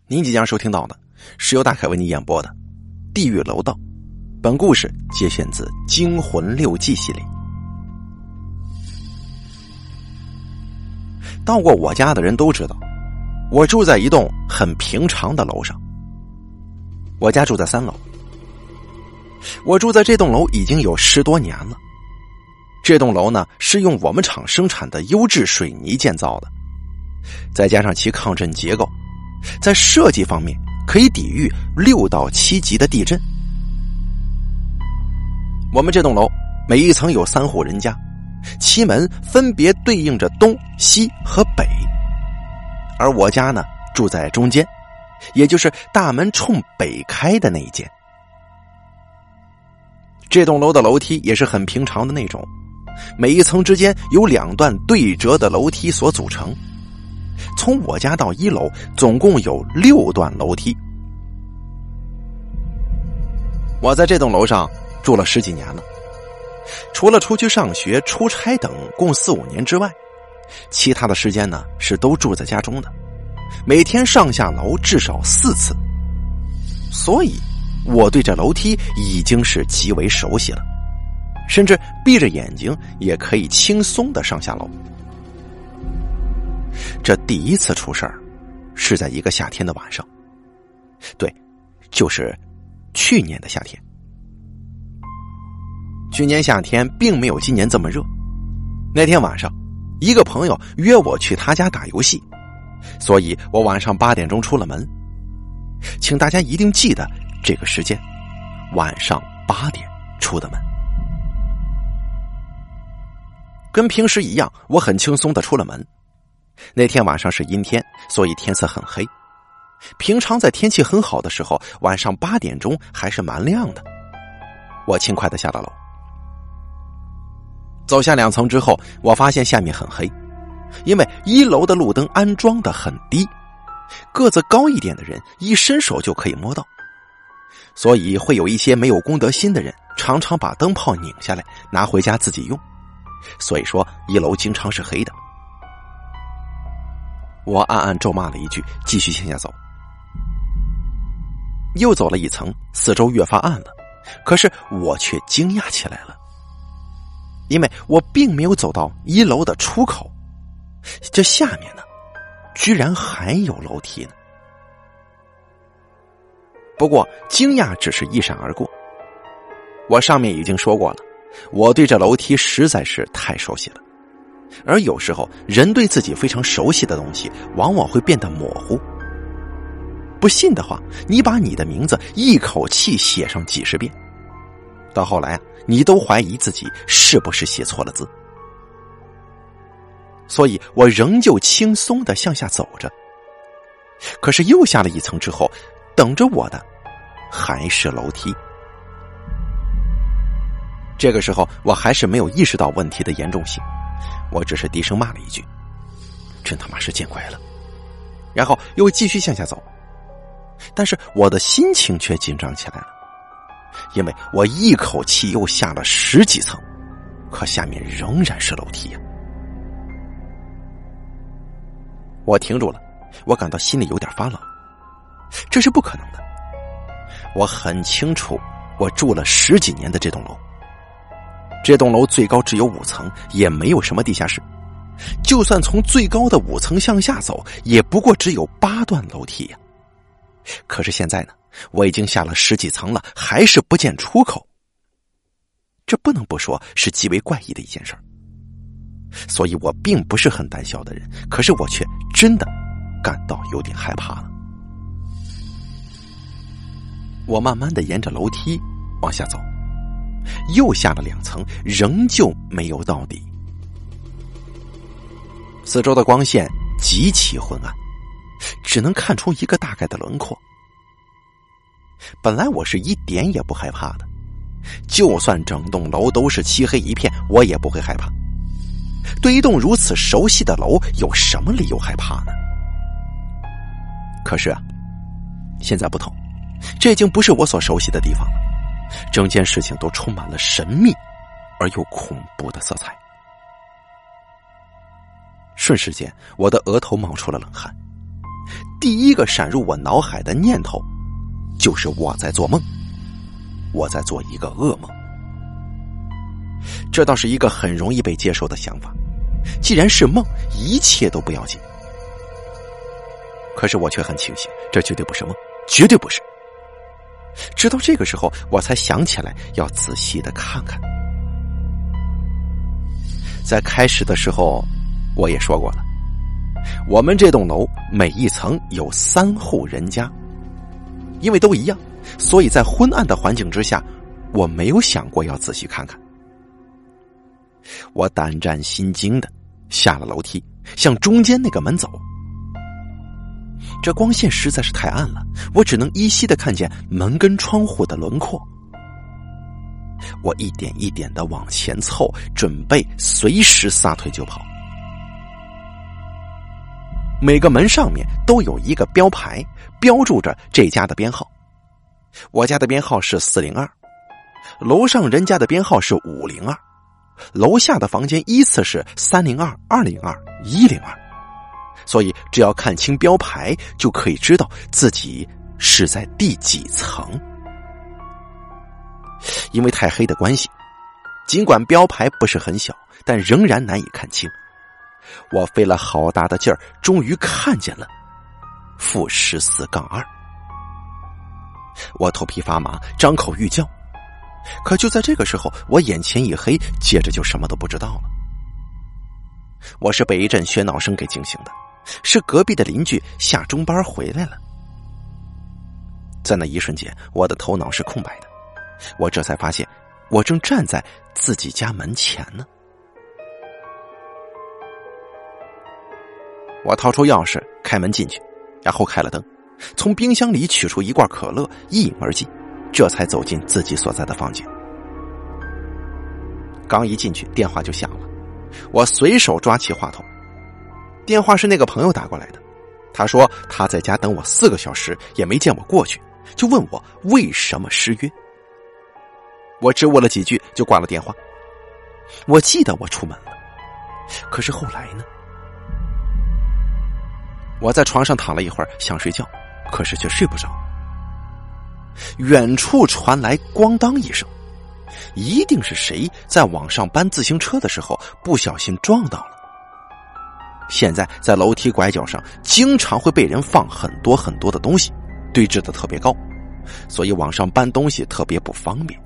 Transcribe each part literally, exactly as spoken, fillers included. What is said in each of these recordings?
您即将收听到的是由大凯为你演播的《地狱楼道》，本故事节选自《惊魂六记》系列。到过我家的人都知道，我住在一栋很平常的楼上。我家住在三楼，我住在这栋楼已经有十多年了。这栋楼呢是用我们厂生产的优质水泥建造的，再加上其抗震结构，在设计方面可以抵御六到七级的地震。我们这栋楼每一层有三户人家，七门分别对应着东西和北，而我家呢住在中间，也就是大门冲北开的那一间。这栋楼的楼梯也是很平常的那种，每一层之间有两段对折的楼梯所组成。从我家到一楼总共有六段楼梯。我在这栋楼上住了十几年了，除了出去上学、出差等共四五年之外，其他的时间呢是都住在家中的，每天上下楼至少四次，所以我对这楼梯已经是极为熟悉了，甚至闭着眼睛也可以轻松的上下楼。这第一次出事儿是在一个夏天的晚上，对，就是去年的夏天。去年夏天并没有今年这么热。那天晚上，一个朋友约我去他家打游戏，所以我晚上八点钟出了门。请大家一定记得这个时间，晚上八点出的门。跟平时一样，我很轻松的出了门。那天晚上是阴天，所以天色很黑。平常在天气很好的时候，晚上八点钟还是蛮亮的。我轻快的下了楼。走下两层之后，我发现下面很黑，因为一楼的路灯安装的很低，个子高一点的人一伸手就可以摸到，所以会有一些没有公德心的人常常把灯泡拧下来拿回家自己用，所以说一楼经常是黑的。我暗暗咒骂了一句，继续向下走。又走了一层，四周越发暗了，可是我却惊讶起来了，因为我并没有走到一楼的出口，这下面呢居然还有楼梯呢。不过惊讶只是一闪而过，我上面已经说过了，我对这楼梯实在是太熟悉了，而有时候人对自己非常熟悉的东西往往会变得模糊。不信的话，你把你的名字一口气写上几十遍，到后来啊，你都怀疑自己是不是写错了字。所以我仍旧轻松地向下走着，可是又下了一层之后，等着我的还是楼梯。这个时候我还是没有意识到问题的严重性，我只是低声骂了一句，真他妈是见鬼了，然后又继续向下走。但是我的心情却紧张起来了，因为我一口气又下了十几层，可下面仍然是楼梯呀。我停住了，我感到心里有点发冷，这是不可能的。我很清楚我住了十几年的这栋楼，这栋楼最高只有五层，也没有什么地下室，就算从最高的五层向下走，也不过只有八段楼梯呀。可是现在呢，我已经下了十几层了，还是不见出口，这不能不说是极为怪异的一件事儿。所以我并不是很胆小的人，可是我却真的感到有点害怕了。我慢慢的沿着楼梯往下走，又下了两层，仍旧没有到底。四周的光线极其昏暗，只能看出一个大概的轮廓。本来我是一点也不害怕的，就算整栋楼都是漆黑一片，我也不会害怕。对一栋如此熟悉的楼，有什么理由害怕呢？可是啊，现在不同，这已经不是我所熟悉的地方了，整件事情都充满了神秘而又恐怖的色彩。瞬时间，我的额头冒出了冷汗， 第一个闪入我脑海的念头就是我在做梦，我在做一个噩梦。这倒是一个很容易被接受的想法，既然是梦，一切都不要紧。可是我却很清醒，这绝对不是梦，绝对不是。直到这个时候，我才想起来要仔细的看看。在开始的时候我也说过了，我们这栋楼每一层有三户人家，因为都一样，所以在昏暗的环境之下，我没有想过要仔细看看。我胆战心惊的下了楼梯，向中间那个门走。这光线实在是太暗了，我只能依稀的看见门跟窗户的轮廓。我一点一点的往前凑，准备随时撒腿就跑。每个门上面都有一个标牌，标注着这家的编号。我家的编号是四零二，楼上人家的编号是五零二，楼下的房间依次是三零二、二零二、一零二。所以只要看清标牌，就可以知道自己是在第几层。因为太黑的关系，尽管标牌不是很小，但仍然难以看清。我费了好大的劲儿，终于看见了负十四杠二。我头皮发麻，张口欲叫。可就在这个时候，我眼前一黑，接着就什么都不知道了。我是被一阵喧闹声给惊醒的，是隔壁的邻居下中班回来了。在那一瞬间，我的头脑是空白的，我这才发现我正站在自己家门前呢。我掏出钥匙开门进去，然后开了灯，从冰箱里取出一罐可乐，一饮而尽，这才走进自己所在的房间。刚一进去，电话就响了，我随手抓起话筒。电话是那个朋友打过来的，他说他在家等我四个小时也没见我过去，就问我为什么失约。我支吾了几句就挂了电话。我记得我出门了，可是后来呢？我在床上躺了一会儿，想睡觉，可是却睡不着。远处传来咣当一声，一定是谁在往上搬自行车的时候不小心撞到了。现在在楼梯拐角上经常会被人放很多很多的东西，堆置的特别高，所以往上搬东西特别不方便。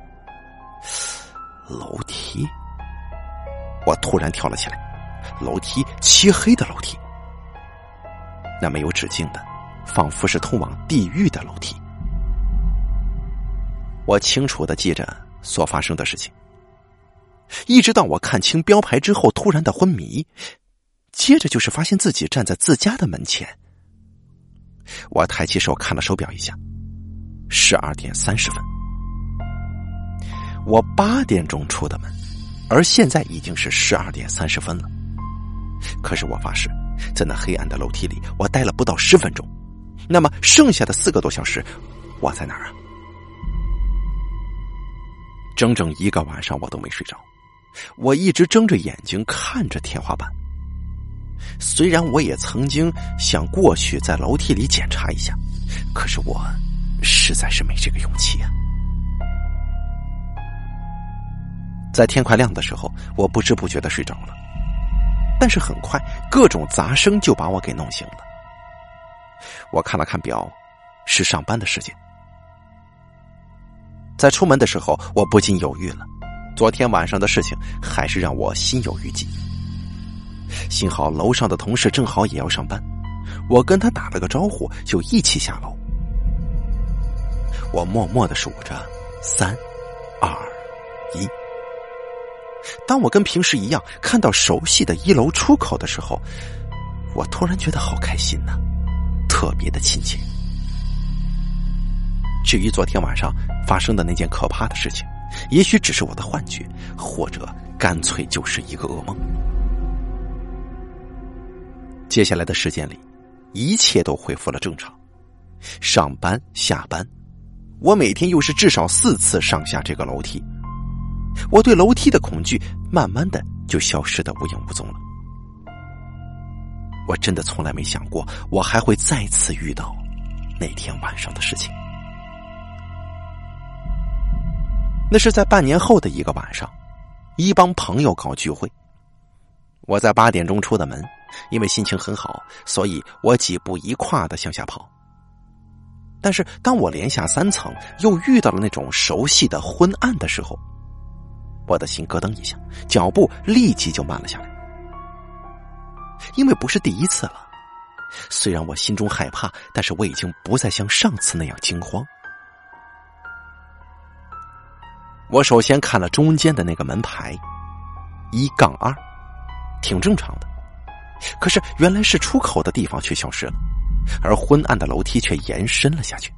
楼梯，我突然跳了起来。楼梯，漆黑的楼梯，那没有止境的，仿佛是通往地狱的楼梯。我清楚地记着所发生的事情，一直到我看清标牌之后突然的昏迷，接着就是发现自己站在自家的门前。我抬起手看了手表一下，十二点三十分。我八点钟出的门，而现在已经是十二点三十分了。可是我发誓，在那黑暗的楼梯里，我待了不到十分钟。那么剩下的四个多小时，我在哪儿啊？整整一个晚上我都没睡着，我一直睁着眼睛看着天花板。虽然我也曾经想过去在楼梯里检查一下，可是我实在是没这个勇气啊。在天快亮的时候，我不知不觉地睡着了，但是很快各种杂声就把我给弄醒了。我看了看表，是上班的时间。在出门的时候，我不禁犹豫了，昨天晚上的事情还是让我心有余悸。幸好楼上的同事正好也要上班，我跟他打了个招呼，就一起下楼。我默默地数着三二一。当我跟平时一样看到熟悉的一楼出口的时候，我突然觉得好开心呐、啊，特别的亲切。至于昨天晚上发生的那件可怕的事情，也许只是我的幻觉，或者干脆就是一个噩梦。接下来的时间里，一切都恢复了正常。上班下班，我每天又是至少四次上下这个楼梯。我对楼梯的恐惧慢慢的就消失得无影无踪了。 我真的从来没想过我还会再次遇到那天晚上的事情。那是在半年后的一个晚上，一帮朋友搞聚会，我在八点钟出的门，因为心情很好，所以我几步一跨地向下跑。但是当我连下三层又遇到了那种熟悉的昏暗的时候，我的心咯噔一下，脚步立即就慢了下来。因为不是第一次了，虽然我心中害怕，但是我已经不再像上次那样惊慌。我首先看了中间的那个门牌一杠二，挺正常的，可是原来是出口的地方却消失了，而昏暗的楼梯却延伸了下去。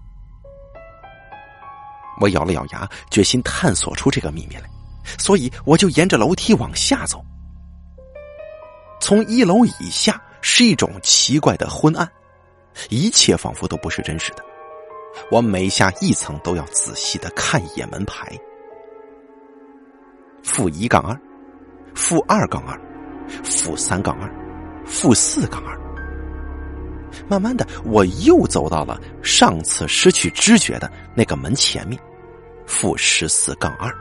我咬了咬牙，决心探索出这个秘密来，所以我就沿着楼梯往下走。从一楼以下是一种奇怪的昏暗，一切仿佛都不是真实的。我每下一层都要仔细的看一眼门牌，负一杠二，负二杠二，负三杠二，负四杠二。慢慢的，我又走到了上次失去知觉的那个门前面，负十四杠二。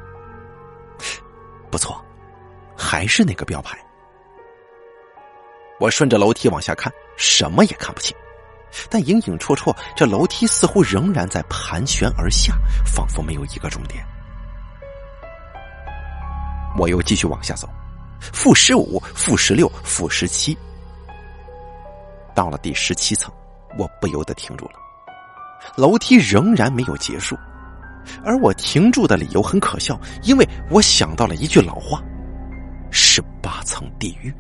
不错，还是那个标牌。我顺着楼梯往下看，什么也看不清，但影影绰绰，这楼梯似乎仍然在盘旋而下，仿佛没有一个终点。我又继续往下走，负十五，负十六，负十七。到了第十七层，我不由得停住了。楼梯仍然没有结束，而我停住的理由很可笑，因为我想到了一句老话：十八层地狱。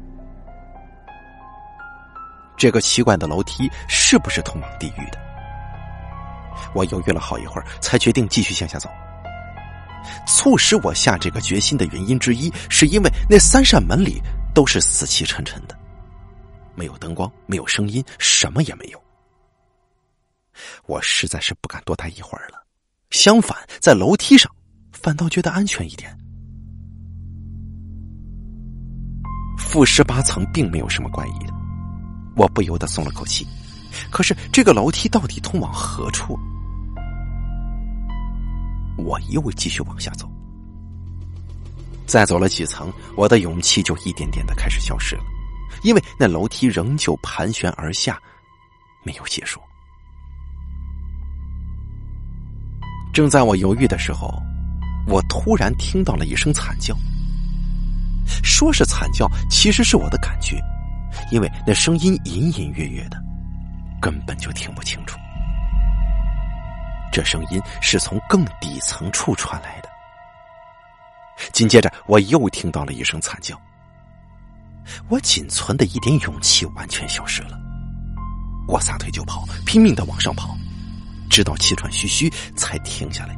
这个奇怪的楼梯是不是通往地狱的？我犹豫了好一会儿，才决定继续向下走。促使我下这个决心的原因之一，是因为那三扇门里都是死气沉沉的，没有灯光，没有声音，什么也没有。我实在是不敢多待一会儿了，相反，在楼梯上反倒觉得安全一点。负十八层并没有什么怪异的，我不由得松了口气。可是这个楼梯到底通往何处？我又继续往下走，再走了几层，我的勇气就一点点的开始消失了，因为那楼梯仍旧盘旋而下，没有结束。正在我犹豫的时候，我突然听到了一声惨叫。说是惨叫，其实是我的感觉，因为那声音隐隐约约的，根本就听不清楚。这声音是从更底层处传来的。紧接着我又听到了一声惨叫，我仅存的一点勇气完全消失了。我撒腿就跑，拼命地往上跑，直到气喘吁吁才停下来。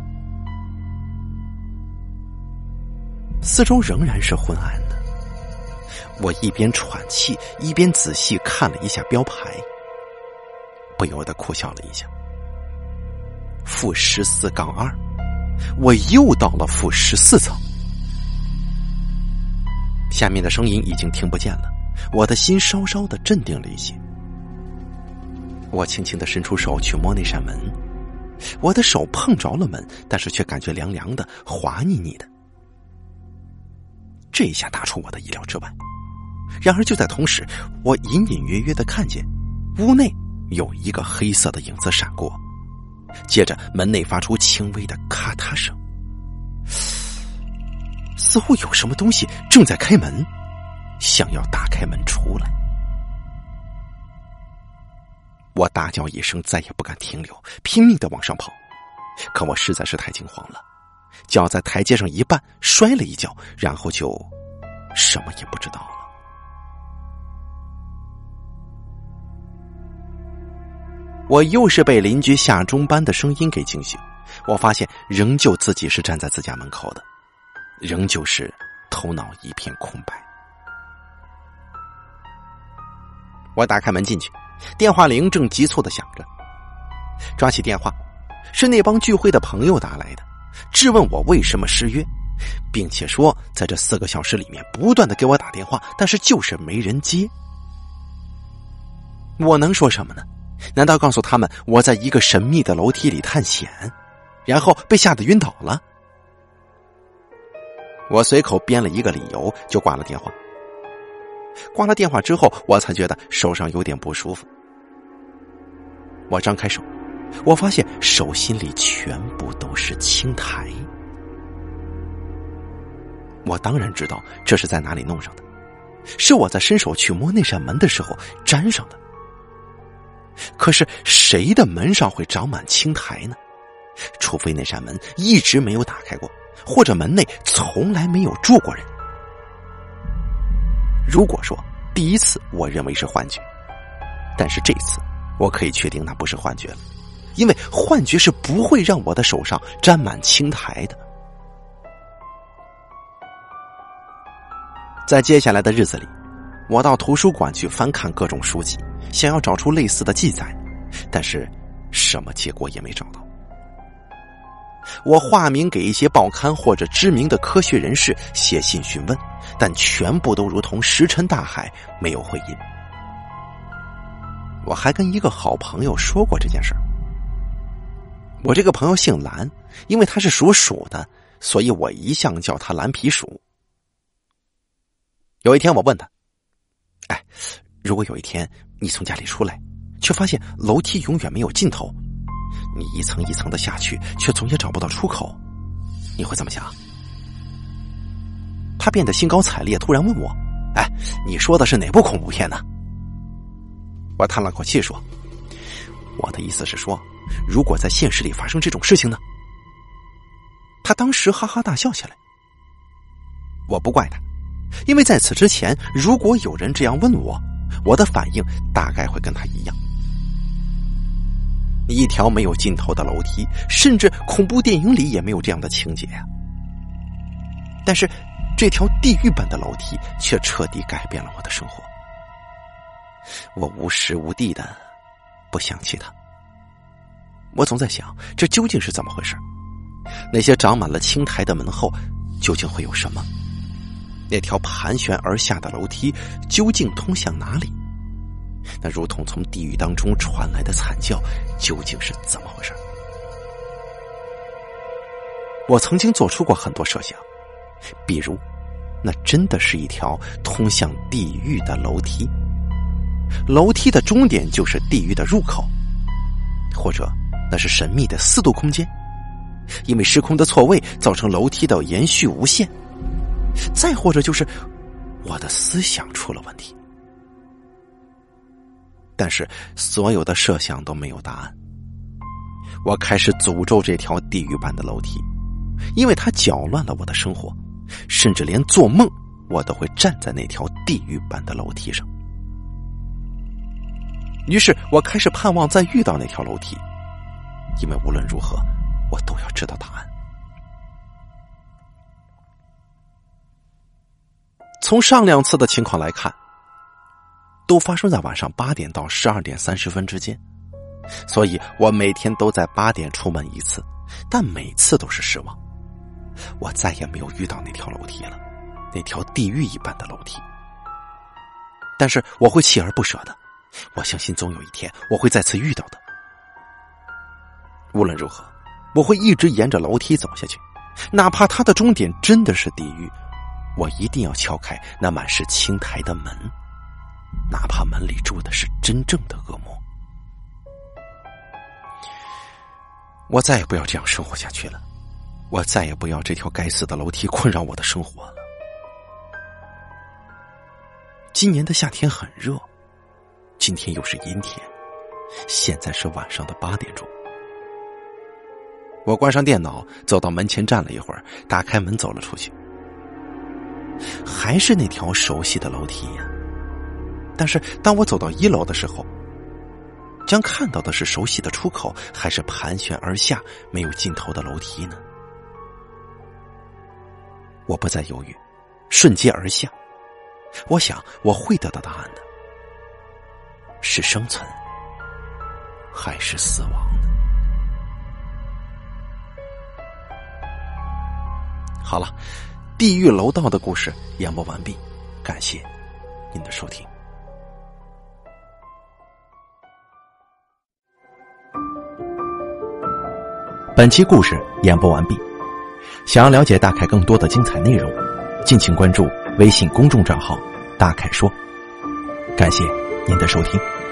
四周仍然是昏暗的，我一边喘气一边仔细看了一下标牌，不由得苦笑了一下。负十四杠二，我又到了负十四层。下面的声音已经听不见了，我的心稍稍的镇定了一些。我轻轻的伸出手去摸那扇门，我的手碰着了门，但是却感觉凉凉的，滑腻腻的。这一下大出我的意料之外。然而就在同时，我隐隐约约的看见屋内有一个黑色的影子闪过，接着门内发出轻微的咔嗒声，似乎有什么东西正在开门，想要打开门出来。我大叫一声，再也不敢停留，拼命地往上跑。可我实在是太惊慌了，脚在台阶上一绊，摔了一跤，然后就什么也不知道了。我又是被邻居下中班的声音给惊醒，我发现仍旧自己是站在自家门口的，仍旧是头脑一片空白。我打开门进去，电话铃正急促地响着。抓起电话，是那帮聚会的朋友打来的，质问我为什么失约，并且说在这四个小时里面不断地给我打电话，但是就是没人接。 我能说什么呢？难道告诉他们我在一个神秘的楼梯里探险，然后被吓得晕倒了？我随口编了一个理由就挂了电话。挂了电话之后，我才觉得手上有点不舒服。我张开手，我发现手心里全部都是青苔。我当然知道这是在哪里弄上的，是我在伸手去摸那扇门的时候粘上的。可是谁的门上会长满青苔呢？除非那扇门一直没有打开过，或者门内从来没有住过人。如果说第一次我认为是幻觉，但是这次我可以确定那不是幻觉了，因为幻觉是不会让我的手上沾满青苔的。在接下来的日子里，我到图书馆去翻看各种书籍，想要找出类似的记载，但是什么结果也没找到。我化名给一些报刊或者知名的科学人士写信询问，但全部都如同石沉大海，没有回音。我还跟一个好朋友说过这件事。我这个朋友姓蓝，因为他是属鼠的，所以我一向叫他蓝皮鼠。有一天我问他，哎，如果有一天你从家里出来，却发现楼梯永远没有尽头，你一层一层的下去，却总也找不到出口，你会怎么想？他变得兴高采烈，突然问我，哎，你说的是哪部恐怖片呢？我叹了口气说，我的意思是说，如果在现实里发生这种事情呢？他当时哈哈大笑起来。我不怪他，因为在此之前，如果有人这样问我，我的反应大概会跟他一样。一条没有尽头的楼梯，甚至恐怖电影里也没有这样的情节呀。但是这条地狱般的楼梯却彻底改变了我的生活。我无时无地的不想起它。我总在想，这究竟是怎么回事？那些长满了青苔的门后究竟会有什么？那条盘旋而下的楼梯究竟通向哪里？那如同从地狱当中传来的惨叫究竟是怎么回事？我曾经做出过很多设想，比如那真的是一条通向地狱的楼梯，楼梯的终点就是地狱的入口，或者那是神秘的四度空间，因为时空的错位造成楼梯的延续无限，再或者就是我的思想出了问题。但是所有的设想都没有答案。我开始诅咒这条地狱般的楼梯，因为它搅乱了我的生活，甚至连做梦我都会站在那条地狱般的楼梯上。于是我开始盼望再遇到那条楼梯，因为无论如何我都要知道答案。从上两次的情况来看，都发生在晚上八点到十二点三十分之间，所以我每天都在八点出门一次，但每次都是失望。我再也没有遇到那条楼梯了，那条地狱一般的楼梯。但是我会锲而不舍的，我相信总有一天我会再次遇到的。无论如何，我会一直沿着楼梯走下去，哪怕它的终点真的是地狱，我一定要敲开那满是青苔的门，哪怕门里住的是真正的恶魔。我再也不要这样生活下去了，我再也不要这条该死的楼梯困扰我的生活了。今年的夏天很热，今天又是阴天，现在是晚上的八点钟。我关上电脑，走到门前站了一会儿，打开门走了出去。还是那条熟悉的楼梯呀，但是当我走到一楼的时候，将看到的是熟悉的出口，还是盘旋而下没有尽头的楼梯呢？我不再犹豫，瞬间而下。我想我会得到答案的，是生存还是死亡呢？好了，地狱楼道的故事演播完毕，感谢您的收听。 本期故事演播完毕。想要了解大凯更多的精彩内容，敬请关注微信公众账号大凯说。感谢您的收听。